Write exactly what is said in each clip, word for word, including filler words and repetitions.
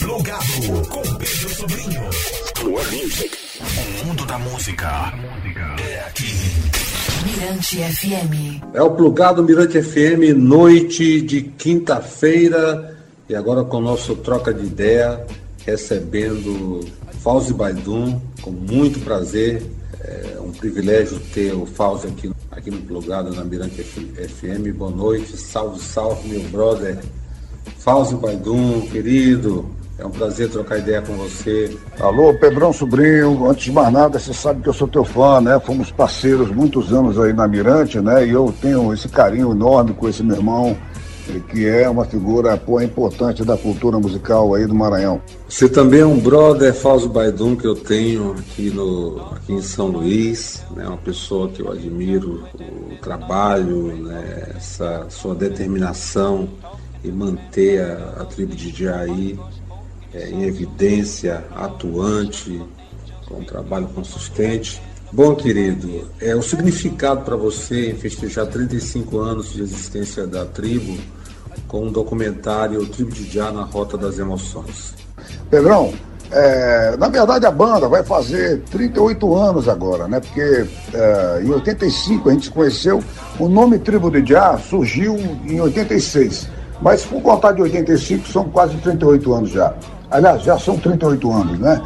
Plugado com Pedro Sobrinho. Plug Music. O mundo da música é aqui. Mirante F M. É o Plugado Mirante F M, noite de quinta-feira. E agora com o nosso troca de ideia, recebendo Fauzi Baydun, com muito prazer. É um privilégio ter o Fauzi aqui, aqui no Plugado, na Mirante F M. Boa noite, salve, salve, meu brother Fauzi Baydun, querido. É um prazer trocar ideia com você. Alô, Pedrão Sobrinho, antes de mais nada, você sabe que eu sou teu fã, né? Fomos parceiros muitos anos aí na Mirante, né? E eu tenho esse carinho enorme com esse meu irmão, que é uma figura, pô, importante da cultura musical aí do Maranhão. Você também é um brother, Fauzi Baydun, que eu tenho aqui, no, aqui em São Luís, né? Uma pessoa que eu admiro o trabalho, né? Essa sua determinação em manter a, a tribo de Jair é, em evidência, atuante, com um trabalho consistente. Bom, querido, é o significado para você em festejar trinta e cinco anos de existência da tribo com um documentário Tribo de Jah na Rota das Emoções. Pedrão, é, na verdade a banda vai fazer trinta e oito anos agora, né? Porque é, em oitenta e cinco a gente se conheceu, o nome Tribo de Jah surgiu em oitenta e seis, mas se for contar de oitenta e cinco são quase trinta e oito anos já. Aliás, já são trinta e oito anos, né?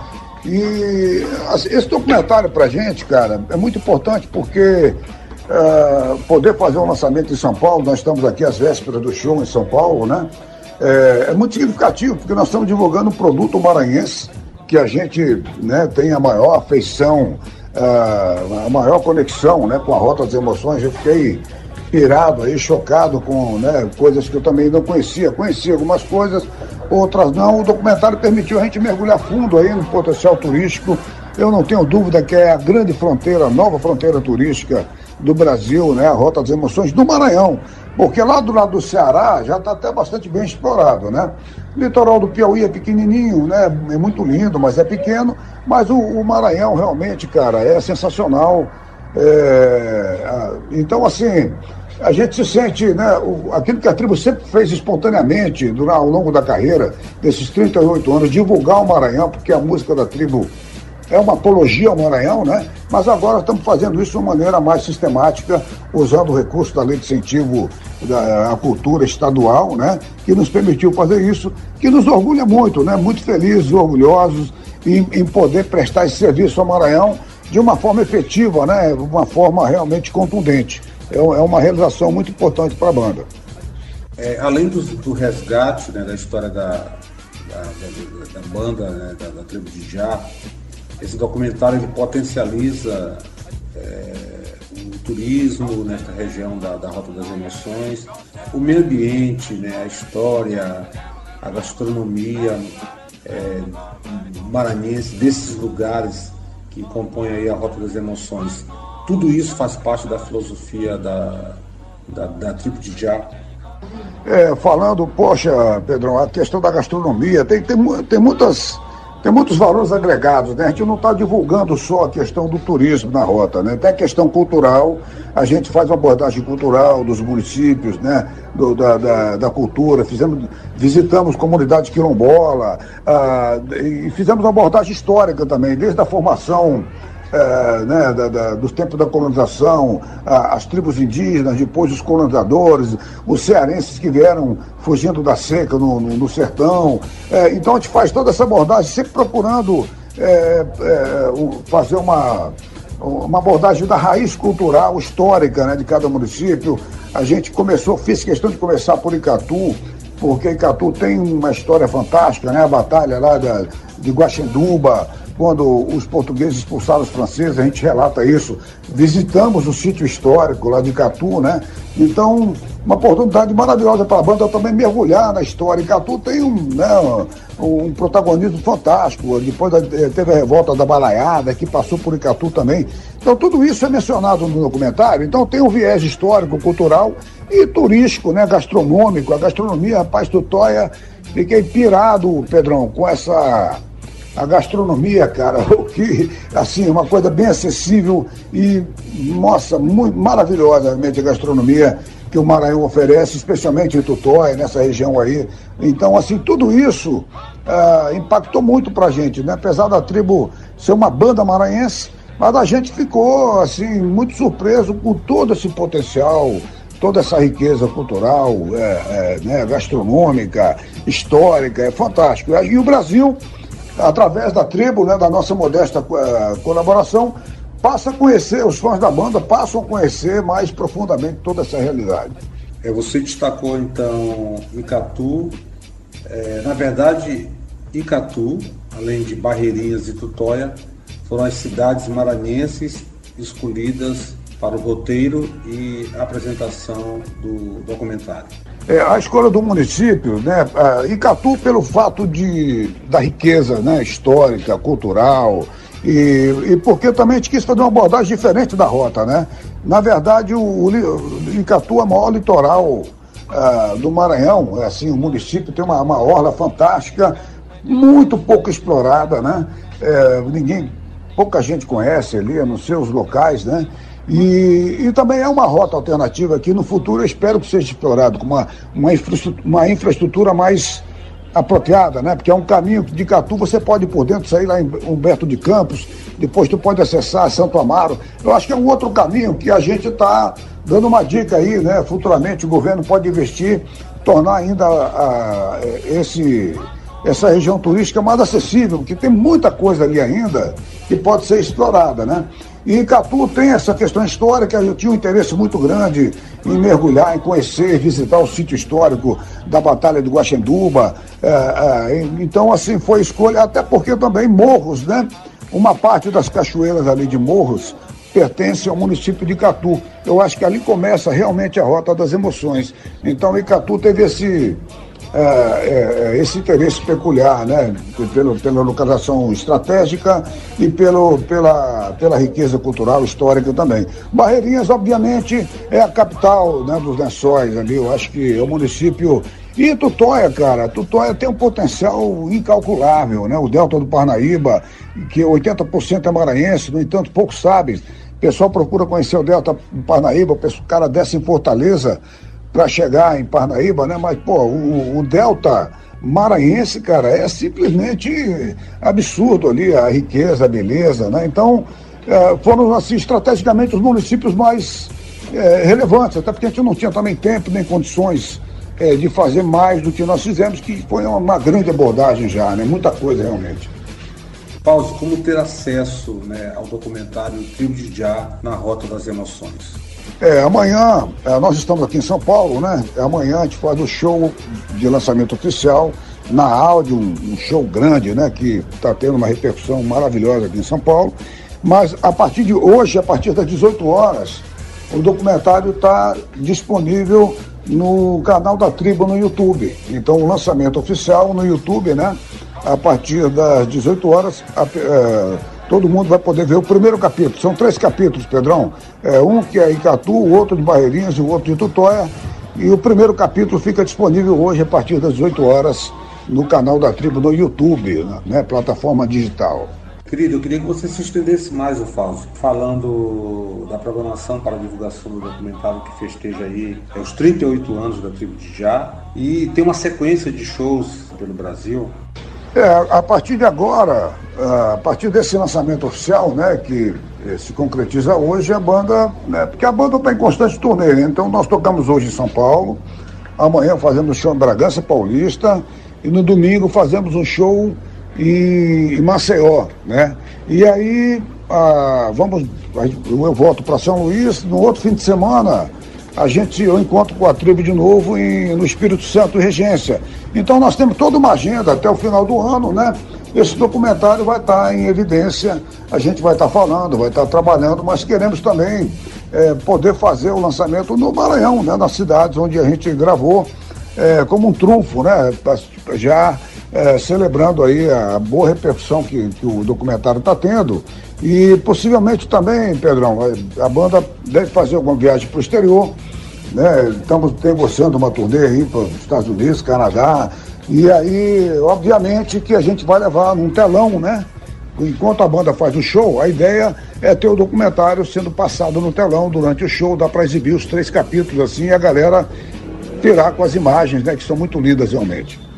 E esse documentário pra gente, cara, é muito importante porque uh, poder fazer um lançamento em São Paulo, nós estamos aqui às vésperas do show em São Paulo, né? É, é muito significativo porque nós estamos divulgando um produto maranhense que a gente, né, tem a maior afeição, uh, a maior conexão, né, com a Rota das Emoções. Eu fiquei pirado aí, chocado com, né, coisas que eu também não conhecia. Conhecia algumas coisas, outras não. O documentário permitiu a gente mergulhar fundo aí no potencial turístico. Eu não tenho dúvida que é a grande fronteira, a nova fronteira turística do Brasil, né, a Rota das Emoções do Maranhão, porque lá do lado do Ceará já está até bastante bem explorado, né? O litoral do Piauí é pequenininho, né, é muito lindo, mas é pequeno, mas o, o Maranhão realmente, cara, é sensacional. É, então, assim, a gente se sente, né, o, aquilo que a tribo sempre fez espontaneamente durante, ao longo da carreira, desses trinta e oito anos, divulgar o Maranhão, porque a música da tribo é uma apologia ao Maranhão, né? Mas agora estamos fazendo isso de uma maneira mais sistemática, usando o recurso da Lei de Incentivo da, à Cultura Estadual, né? Que nos permitiu fazer isso, que nos orgulha muito, né? Muito felizes, orgulhosos em, em poder prestar esse serviço ao Maranhão de uma forma efetiva, né? Uma forma realmente contundente. É, é uma realização muito importante para a banda. É, além do, do resgate, né, da história da, da, da, da banda, né, da, da tribo de Jah, esse documentário ele potencializa é, o turismo nessa região da, da Rota das Emoções, o meio ambiente, né, a história, a gastronomia é, maranhense desses lugares que compõem aí a Rota das Emoções. Tudo isso faz parte da filosofia da, da, da tribo de Jah. É, falando, poxa, Pedrão, a questão da gastronomia, tem, tem, tem muitas... Tem muitos valores agregados, né? A gente não está divulgando só a questão do turismo na rota, né? Tem a questão cultural, a gente faz uma abordagem cultural dos municípios, né? Do, da, da, da cultura, fizemos, visitamos comunidade quilombola, ah, e fizemos uma abordagem histórica também, desde a formação É, né, da, da, dos tempos da colonização, a, as tribos indígenas, depois os colonizadores, os cearenses que vieram fugindo da seca no, no, no sertão. É, então a gente faz toda essa abordagem, sempre procurando é, é, fazer uma, uma abordagem da raiz cultural, histórica, né, de cada município. A gente começou, fiz questão de começar por Icatu, porque Icatu tem uma história fantástica, né, a batalha lá da, de Guaxinduba, quando os portugueses expulsaram os franceses, a gente relata isso. Visitamos o sítio histórico lá de Icatu, né? Então, uma oportunidade maravilhosa para a banda também mergulhar na história. Icatu tem um, né, um protagonismo fantástico. Depois teve a revolta da Balaiada, que passou por Icatu também. Então, tudo isso é mencionado no documentário. Então, tem um viés histórico, cultural e turístico, né, gastronômico. A gastronomia, rapaz, Tutóia, fiquei pirado, Pedrão, com essa... A gastronomia, cara, o que, assim, uma coisa bem acessível e, nossa, muito maravilhosamente a gastronomia que o Maranhão oferece, especialmente em Tutóia, nessa região aí. Então, assim, tudo isso uh, impactou muito pra gente, né? Apesar da tribo ser uma banda maranhense, mas a gente ficou, assim, muito surpreso com todo esse potencial, toda essa riqueza cultural, é, é, né, gastronômica, histórica, é fantástico. E o Brasil, através da tribo, né, da nossa modesta uh, colaboração, passa a conhecer, os fãs da banda passam a conhecer mais profundamente toda essa realidade. É, você destacou, então, Icatu. É, na verdade, Icatu, além de Barreirinhas e Tutóia, foram as cidades maranhenses escolhidas para o roteiro e apresentação do documentário. É, a escolha do município, né, Icatu, pelo fato de, da riqueza, né, histórica, cultural, e, e porque também a gente quis fazer uma abordagem diferente da rota, né? Na verdade, o, o Icatu é o maior litoral uh, do Maranhão, é assim, o município tem uma, uma orla fantástica, muito pouco explorada, né? É, ninguém, pouca gente conhece ali, nos seus locais, né? E, e também é uma rota alternativa que no futuro eu espero que seja explorado com uma, uma, infraestrutura, uma infraestrutura mais apropriada, né? Porque é um caminho que de Icatu você pode ir por dentro, sair lá em Humberto de Campos, depois tu pode acessar Santo Amaro. Eu acho que é um outro caminho que a gente está dando uma dica aí, né? Futuramente o governo pode investir, tornar ainda a, a, esse, essa região turística mais acessível, porque tem muita coisa ali ainda que pode ser explorada, né? E Icatu tem essa questão histórica, eu tinha um interesse muito grande em mergulhar, em conhecer, visitar o sítio histórico da Batalha de Guaxenduba. É, é, então, assim, foi escolha, até porque também Morros, né? Uma parte das cachoeiras ali de Morros pertence ao município de Icatu. Eu acho que ali começa realmente a rota das emoções. Então, Icatu teve esse... É, é, esse interesse peculiar, né? Pelo, pela localização estratégica e pelo, pela, pela riqueza cultural histórica também. Barreirinhas, obviamente, é a capital, né, dos Lençóis ali, eu acho que é o município. E Tutóia, cara, Tutóia tem um potencial incalculável, né? O Delta do Parnaíba, que oitenta por cento é maranhense, no entanto, poucos sabem. O pessoal procura conhecer o Delta do Parnaíba, o cara desce em Fortaleza para chegar em Parnaíba, né? Mas, pô, o, o Delta maranhense, cara, é simplesmente absurdo ali, a riqueza, a beleza, né? Então, é, foram, assim, estrategicamente os municípios mais é, relevantes, até porque a gente não tinha também tempo nem condições é, de fazer mais do que nós fizemos, que foi uma, uma grande abordagem já, né? Muita coisa, realmente. Pause, como ter acesso, né, ao documentário Tribo de Já na Rota das Emoções? É, amanhã, é, nós estamos aqui em São Paulo, né? Amanhã a gente faz o show de lançamento oficial na áudio, um, um show grande, né? Que está tendo uma repercussão maravilhosa aqui em São Paulo. Mas a partir de hoje, a partir das dezoito horas, o documentário está disponível no canal da Tribo no YouTube. Então, o lançamento oficial no YouTube, né? A partir das dezoito horas, a, é, todo mundo vai poder ver o primeiro capítulo. São três capítulos, Pedrão. É, um que é Icatu, o outro de Barreirinhas e o outro de Tutóia. E o primeiro capítulo fica disponível hoje a partir das dezoito horas no canal da Tribo no YouTube, né, plataforma digital. Querido, eu queria que você se estendesse mais, o Fausto, falando da programação para a divulgação do documentário que festeja aí é, os trinta e oito anos da Tribo de Já, e tem uma sequência de shows pelo Brasil. É, a partir de agora, a partir desse lançamento oficial, né, que se concretiza hoje, a banda, né, porque a banda está em constante turnê, né, então nós tocamos hoje em São Paulo, amanhã fazemos show em Bragança Paulista, e no domingo fazemos um show em Maceió, né? E aí, ah, vamos, eu volto para São Luís, no outro fim de semana, a gente, eu encontro com a Tribo de novo em, no Espírito Santo, Regência. Então nós temos toda uma agenda até o final do ano, né? Esse documentário vai estar em evidência, a gente vai estar falando, vai estar trabalhando, mas queremos também é, poder fazer o lançamento no Maranhão, né? Nas cidades onde a gente gravou, é, como um trunfo, né? Já É, celebrando aí a boa repercussão que, que o documentário está tendo. E possivelmente também, Pedrão, a banda deve fazer alguma viagem para o exterior, né? Estamos negociando uma turnê aí para os Estados Unidos, Canadá, e aí, obviamente, que a gente vai levar num telão, né? Enquanto a banda faz o show, a ideia é ter o documentário sendo passado no telão durante o show, dá para exibir os três capítulos assim, e a galera tirar com as imagens, né? Que são muito lindas realmente.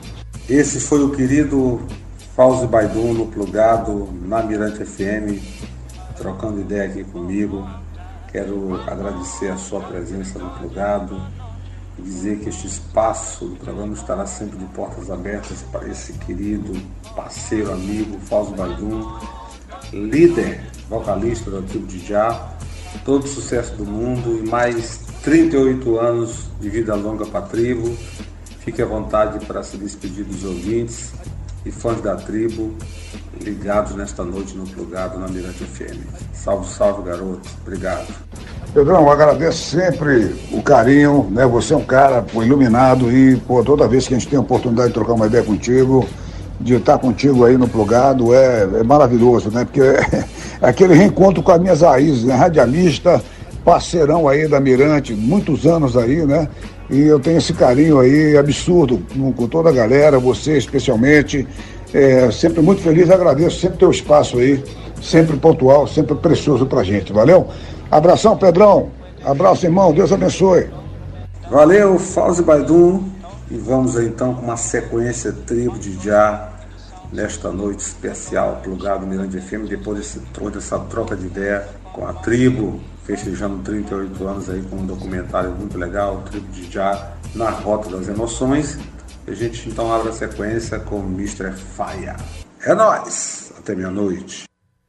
Esse foi o querido Fauzi Baidum no Plugado, na Mirante F M, trocando ideia aqui comigo. Quero agradecer a sua presença no Plugado e dizer que este espaço do programa estará sempre de portas abertas para esse querido parceiro, amigo, Fauzi Baidum, líder, vocalista da tribo de Já, todo sucesso do mundo e mais trinta e oito anos de vida longa para a tribo. Fique à vontade para se despedir dos ouvintes e fãs da tribo ligados nesta noite no Plugado na Mirante F M. Salve, salve, garoto. Obrigado. Pedrão, eu agradeço sempre o carinho, né? Você é um cara pô, iluminado e pô, toda vez que a gente tem a oportunidade de trocar uma ideia contigo, de estar contigo aí no Plugado, é, é maravilhoso, né? Porque é aquele reencontro com as minhas raízes, né? Radialista, parceirão aí da Mirante, muitos anos aí, né? E eu tenho esse carinho aí absurdo com, com toda a galera, você especialmente. É, sempre muito feliz, agradeço sempre teu espaço aí, sempre pontual, sempre precioso pra gente, valeu? Abração, Pedrão, abraço, irmão, Deus abençoe. Valeu, Fauzi Baidum, e vamos aí, então com uma sequência tribo de Já nesta noite especial Plugado Mirante F M, depois desse, dessa troca de ideia com a tribo, festejando trinta e oito anos aí com um documentário muito legal, Tribo de Já na Rota das Emoções. A gente então abre a sequência com mister Faia. É nóis! Até meia-noite.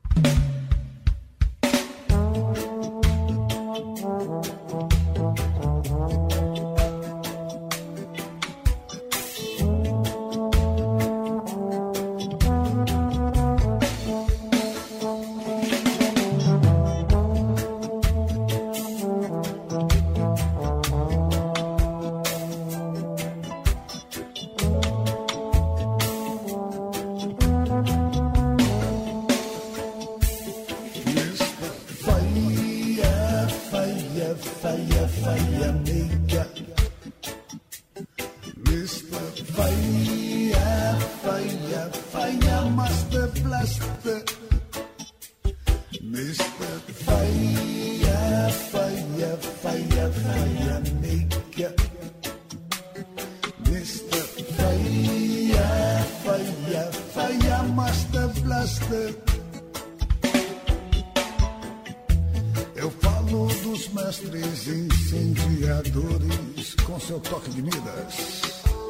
Eu falo dos mestres incendiadores com seu toque de Midas.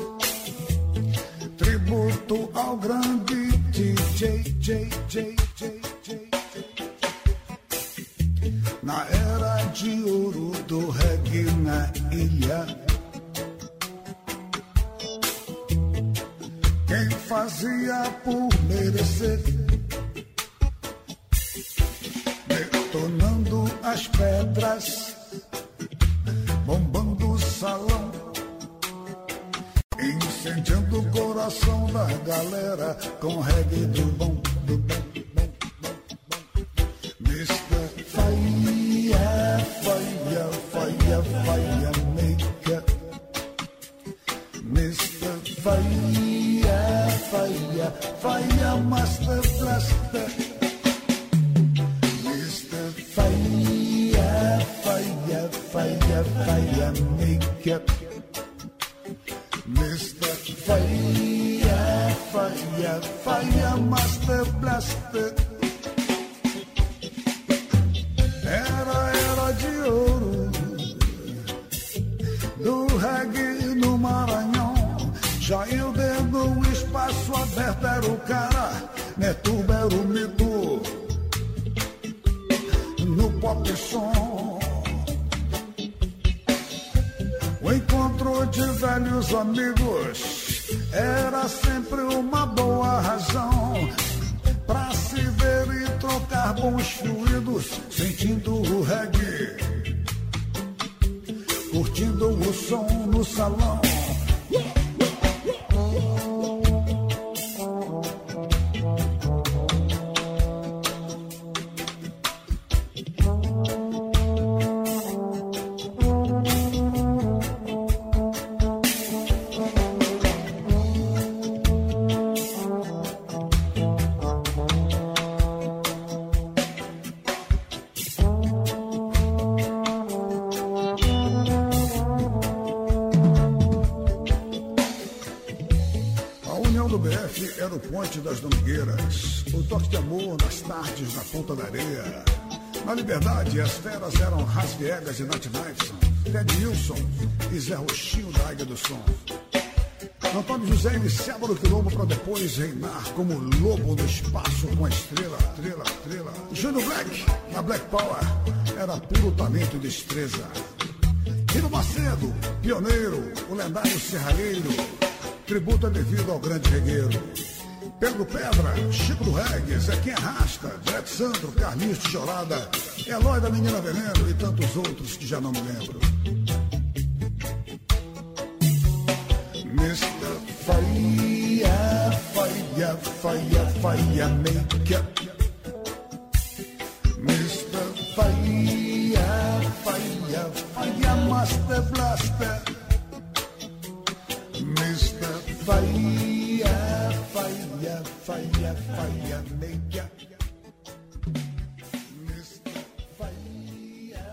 Tributo ao grande D J, J, J, J, J. Na era de ouro do reggae na ilha, quem fazia por merecer, detonando as pedras, bombando o salão, incendiando o coração da galera com reggae do bom, do bom, bom, bom, bom. mister Fire, fire, fire, fire maker. mister Fire, fire, fire master blaster. mister Fire, fire, fire, fire maker. mister Fire, fire, fire master blaster. Era era de ouro do reggae no Maranhão. Jair dentro o espaço aberto era o cara, Netuba era o mito no pop som. O encontro de velhos amigos era sempre uma boa razão pra se ver e trocar bons fluidos, sentindo o reggae, curtindo o som no salão. domingueiras, o toque de amor nas tardes na ponta da areia. Na Liberdade, as feras eram Ras Viegas e Nat Knifeson, Ted Wilson e Zé Roxinho da Águia do Som. Antônio José iniciava no quilombo para depois reinar como lobo no espaço com a estrela, estrela, estrela. Júnior Black, na Black Power, era puro talento e destreza. Rino Macedo, pioneiro, o lendário serralheiro, tributo é devido ao grande regueiro. Pedro Pedra, Chico do Reggae, Zequinha Rasta, Jet Sandro, Carlinhos Tijolada, Eloy da Menina Veneno e tantos outros que já não me lembro. mister Fire, Fire, Fire, Fire Maker. mister Fire, Fire, Fire Master Blaster. mister Fire, Fire, Fire, Fire Maker. mister Fire.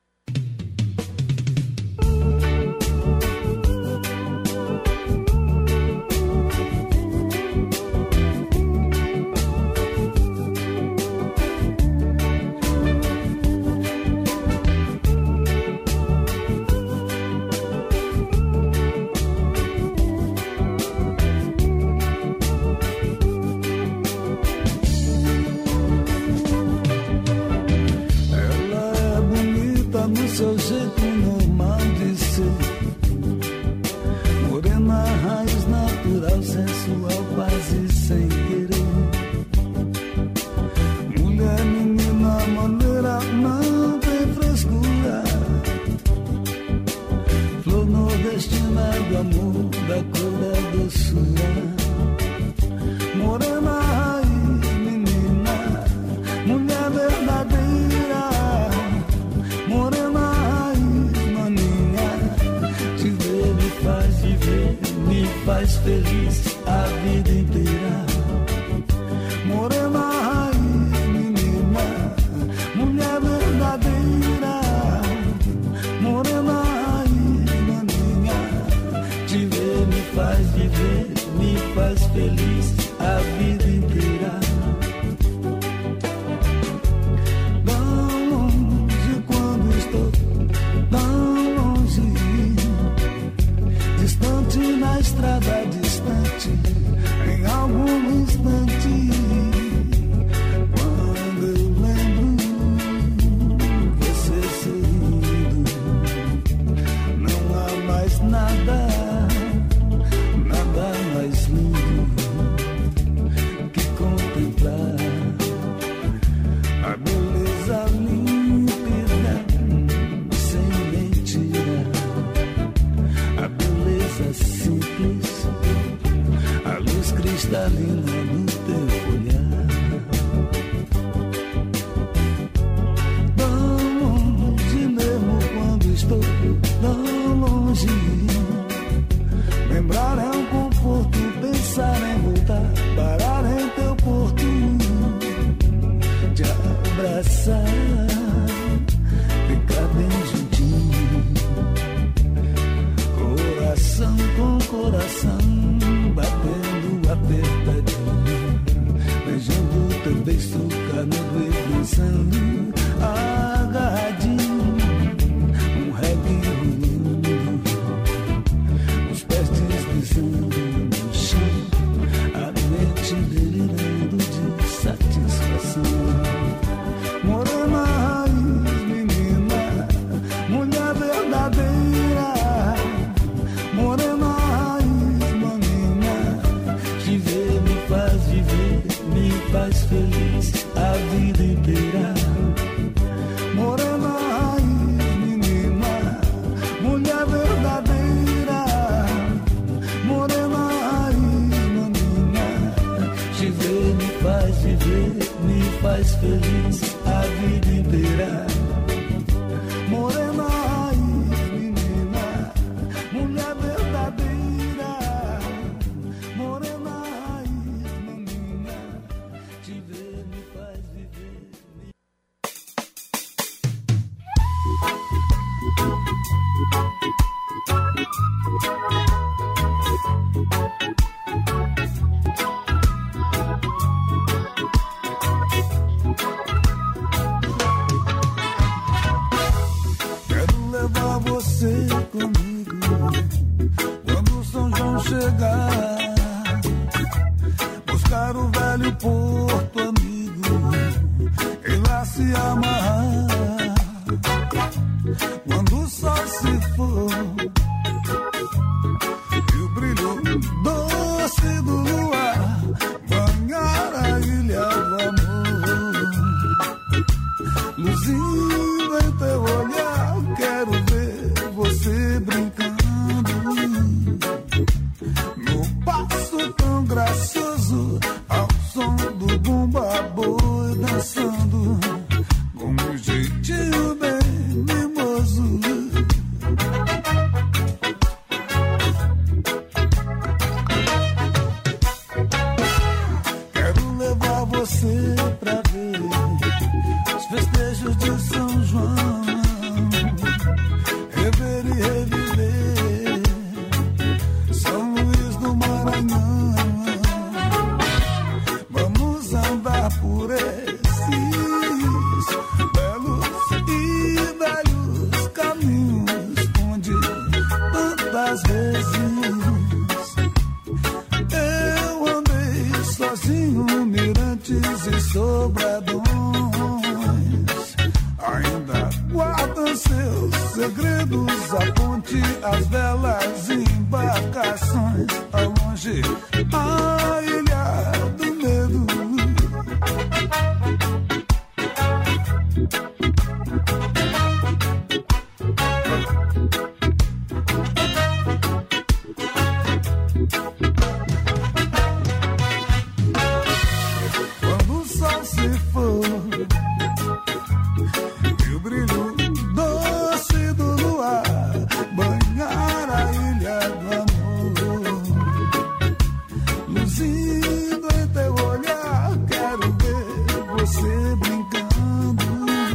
Seu jeito normal de ser, morena, raiz natural, sensual, quase sem querer. Mulher, menina, maneira, não tem frescura. Flor nordestina do amor, da cor da doçura. Morena, raiz, menina, mulher verdadeira. Morena, faz viver, me faz feliz a vida inteira. Morena, raiz, menina, mulher verdadeira. Morena, raiz, menina, te ver me faz viver, me faz feliz a vida inteira. Tão longe quando estou, tão longe, distante na estrada, distante, em algum instante. Quando eu lembro você sorrindo, não há mais nada, nada mais lindo que contemplar a beleza límpida, sem mentira. A beleza simples, a luz cristalina do teu olhar. Tão longe mesmo quando estou tão longe. Lembrar é um conforto, pensar em voltar, parar em teu porto, te abraçar, ficar bem juntinho. Coração com coração, batendo apertadinho, beijando teu beijo, canudo e dançando, agarradinho, um reggae rolando, os pés deslizando no chão, a mente delirando de satisfação. Morena, raiz, menina, mulher verdadeira. Morena, raiz, menina, te ver me faz viver, me faz feliz a vida inteira. Morena, raiz, menina, mulher verdadeira. Morena, raiz, menina, te ver me faz viver, me faz feliz a vida inteira. Morena, raiz, menina, mulher verdadeira. Morena, raiz, menina, te ver me faz viver. buscar o velho porto amigo e lá se amarrar. Quando o sol se for e o brilho doce do luar banhar a ilha do amor, luzindo em teu olhar, quero ver você brincando no passo tão gracioso ao som do bumba boi dançando com um jeitinho bem mimoso. Quero levar você pra ver os festejos de São João, rever e reviver São Luís do Maranhão. Vamos andar por esses belos e velhos caminhos onde tantas vezes eu andei sozinho, mirantes e sobradões ainda guardam seus segredos, a ponte, as velas e embarcações, ao longe a ilha do medo. Quando o sol se for e o brilho doce do luar banhar a ilha do amor, luzindo em teu olhar, quero ver você brincando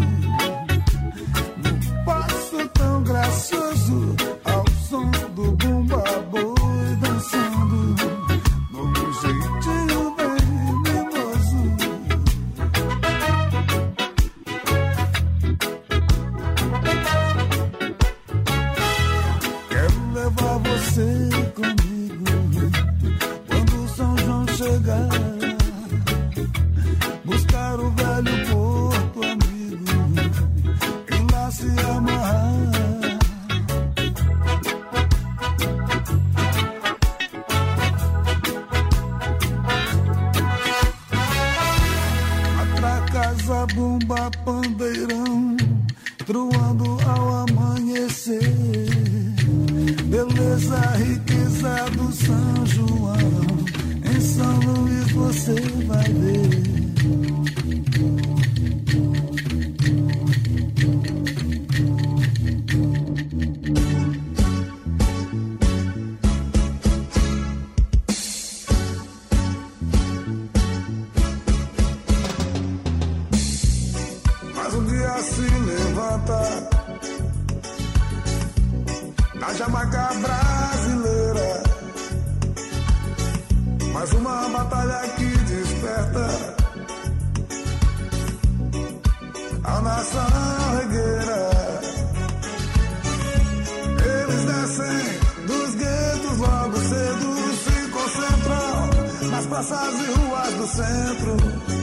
no passo tão gracioso ao som do bumba boi dançando com um jeitinho bem mimoso. Quero levar você comigo quando São João chegar, buscar o velho porto amigo e lá se amarrar. Atracasa, bumba, pandeirão, truando ao amanhecer. Beleza, riqueza do São João, em São Luís você vai ver. Mas um dia se levanta na Jamaica brasileira, mais uma batalha que desperta a nação regueira. Eles descem dos guetos logo cedo, se concentram nas praças e ruas do centro,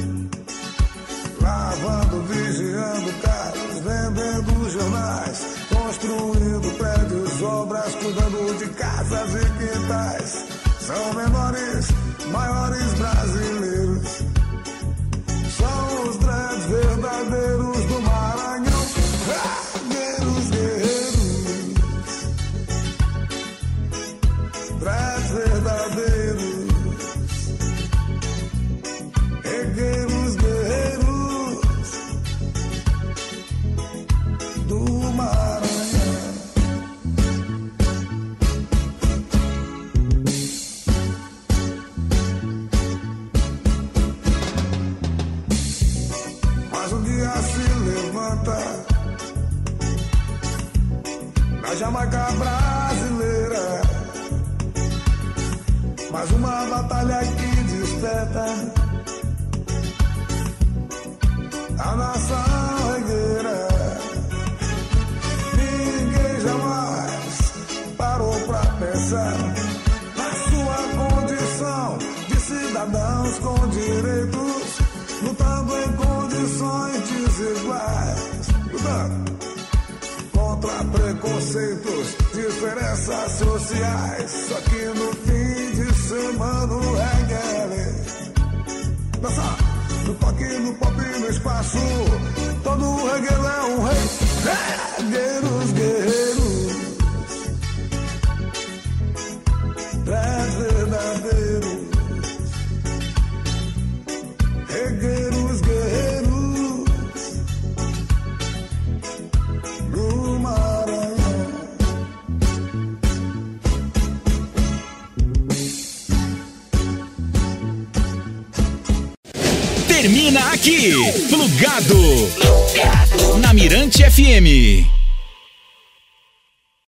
lavando, vigiando carros, vendendo jornais, construindo prédios, obras, cuidando de casas e quintais. São menores, maiores brasileiros, são os dreads verdadeiros do Maranhão. Guerreiros, guerreiros, dreads verdadeiros, regueiros, guerreiros do Maranhão. Mas um dia se levanta na Jamaica brasileira, mais uma batalha que desperta a nação regueira. Ninguém jamais parou pra pensar na sua condição de cidadão cidadãos com direitos, lutando em condições desiguais, lutando contra preconceitos, diferenças sociais. Só que no fim de semana o reggae é lei. Dançar no toque, no pop, no espaço, todo reggae é um rei. Regueiros, guerreiros, três verdadeiros. Regueiros, guerreiros do Maranhão. Termina aqui, Plugado, Plugado. Na Mirante F M.